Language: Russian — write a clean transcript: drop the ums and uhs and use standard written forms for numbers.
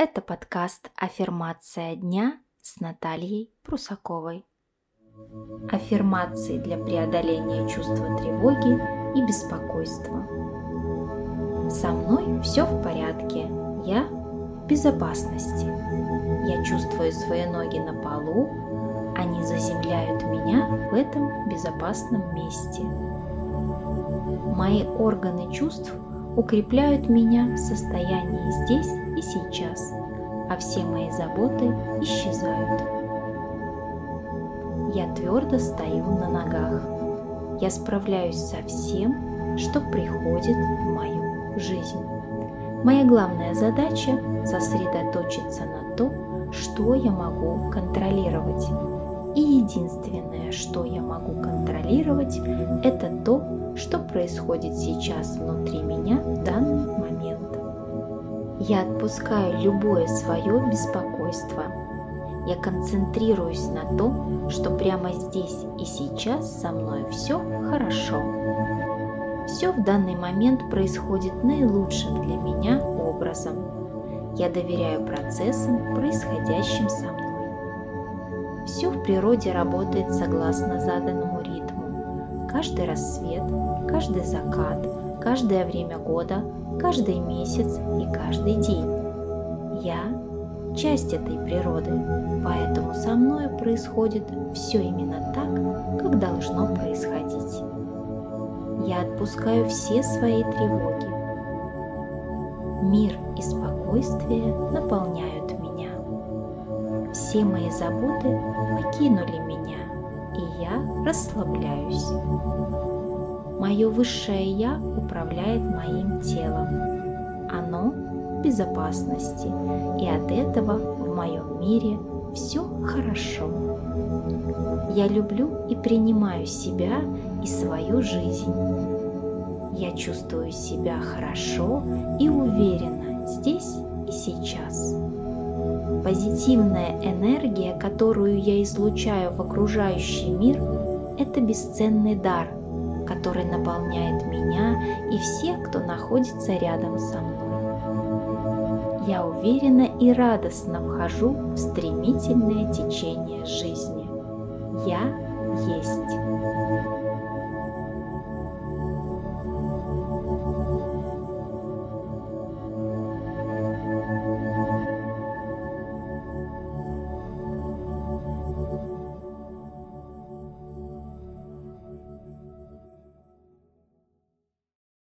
Это подкаст «Аффирмация дня» с Натальей Прусаковой. Аффирмации для преодоления чувства тревоги и беспокойства. Со мной все в порядке, я в безопасности. Я чувствую свои ноги на полу, они заземляют меня в этом безопасном месте. Мои органы чувств укрепляют меня в состоянии здесь и сейчас, а все мои заботы исчезают. Я твердо стою на ногах. Я справляюсь со всем, что приходит в мою жизнь. Моя главная задача – сосредоточиться на том, что я могу контролировать. И единственное, что я могу контролировать, это то, что происходит сейчас внутри меня в данный момент. Я отпускаю любое свое беспокойство. Я концентрируюсь на том, что прямо здесь и сейчас со мной все хорошо. Все в данный момент происходит наилучшим для меня образом. Я доверяю процессам, происходящим со мной. Все в природе работает согласно заданному ритму. Каждый рассвет, каждый закат, каждое время года, каждый месяц и каждый день. Я – часть этой природы, поэтому со мной происходит все именно так, как должно происходить. Я отпускаю все свои тревоги. Мир и спокойствие наполняют меня. Все мои заботы покинули меня, и я расслабляюсь. Мое высшее Я управляет моим телом. Оно в безопасности, и от этого в моем мире все хорошо. Я люблю и принимаю себя и свою жизнь. Я чувствую себя хорошо и уверенно здесь и сейчас. Позитивная энергия, которую я излучаю в окружающий мир, это бесценный дар, который наполняет меня и всех, кто находится рядом со мной. Я уверенно и радостно вхожу в стремительное течение жизни. Я есть.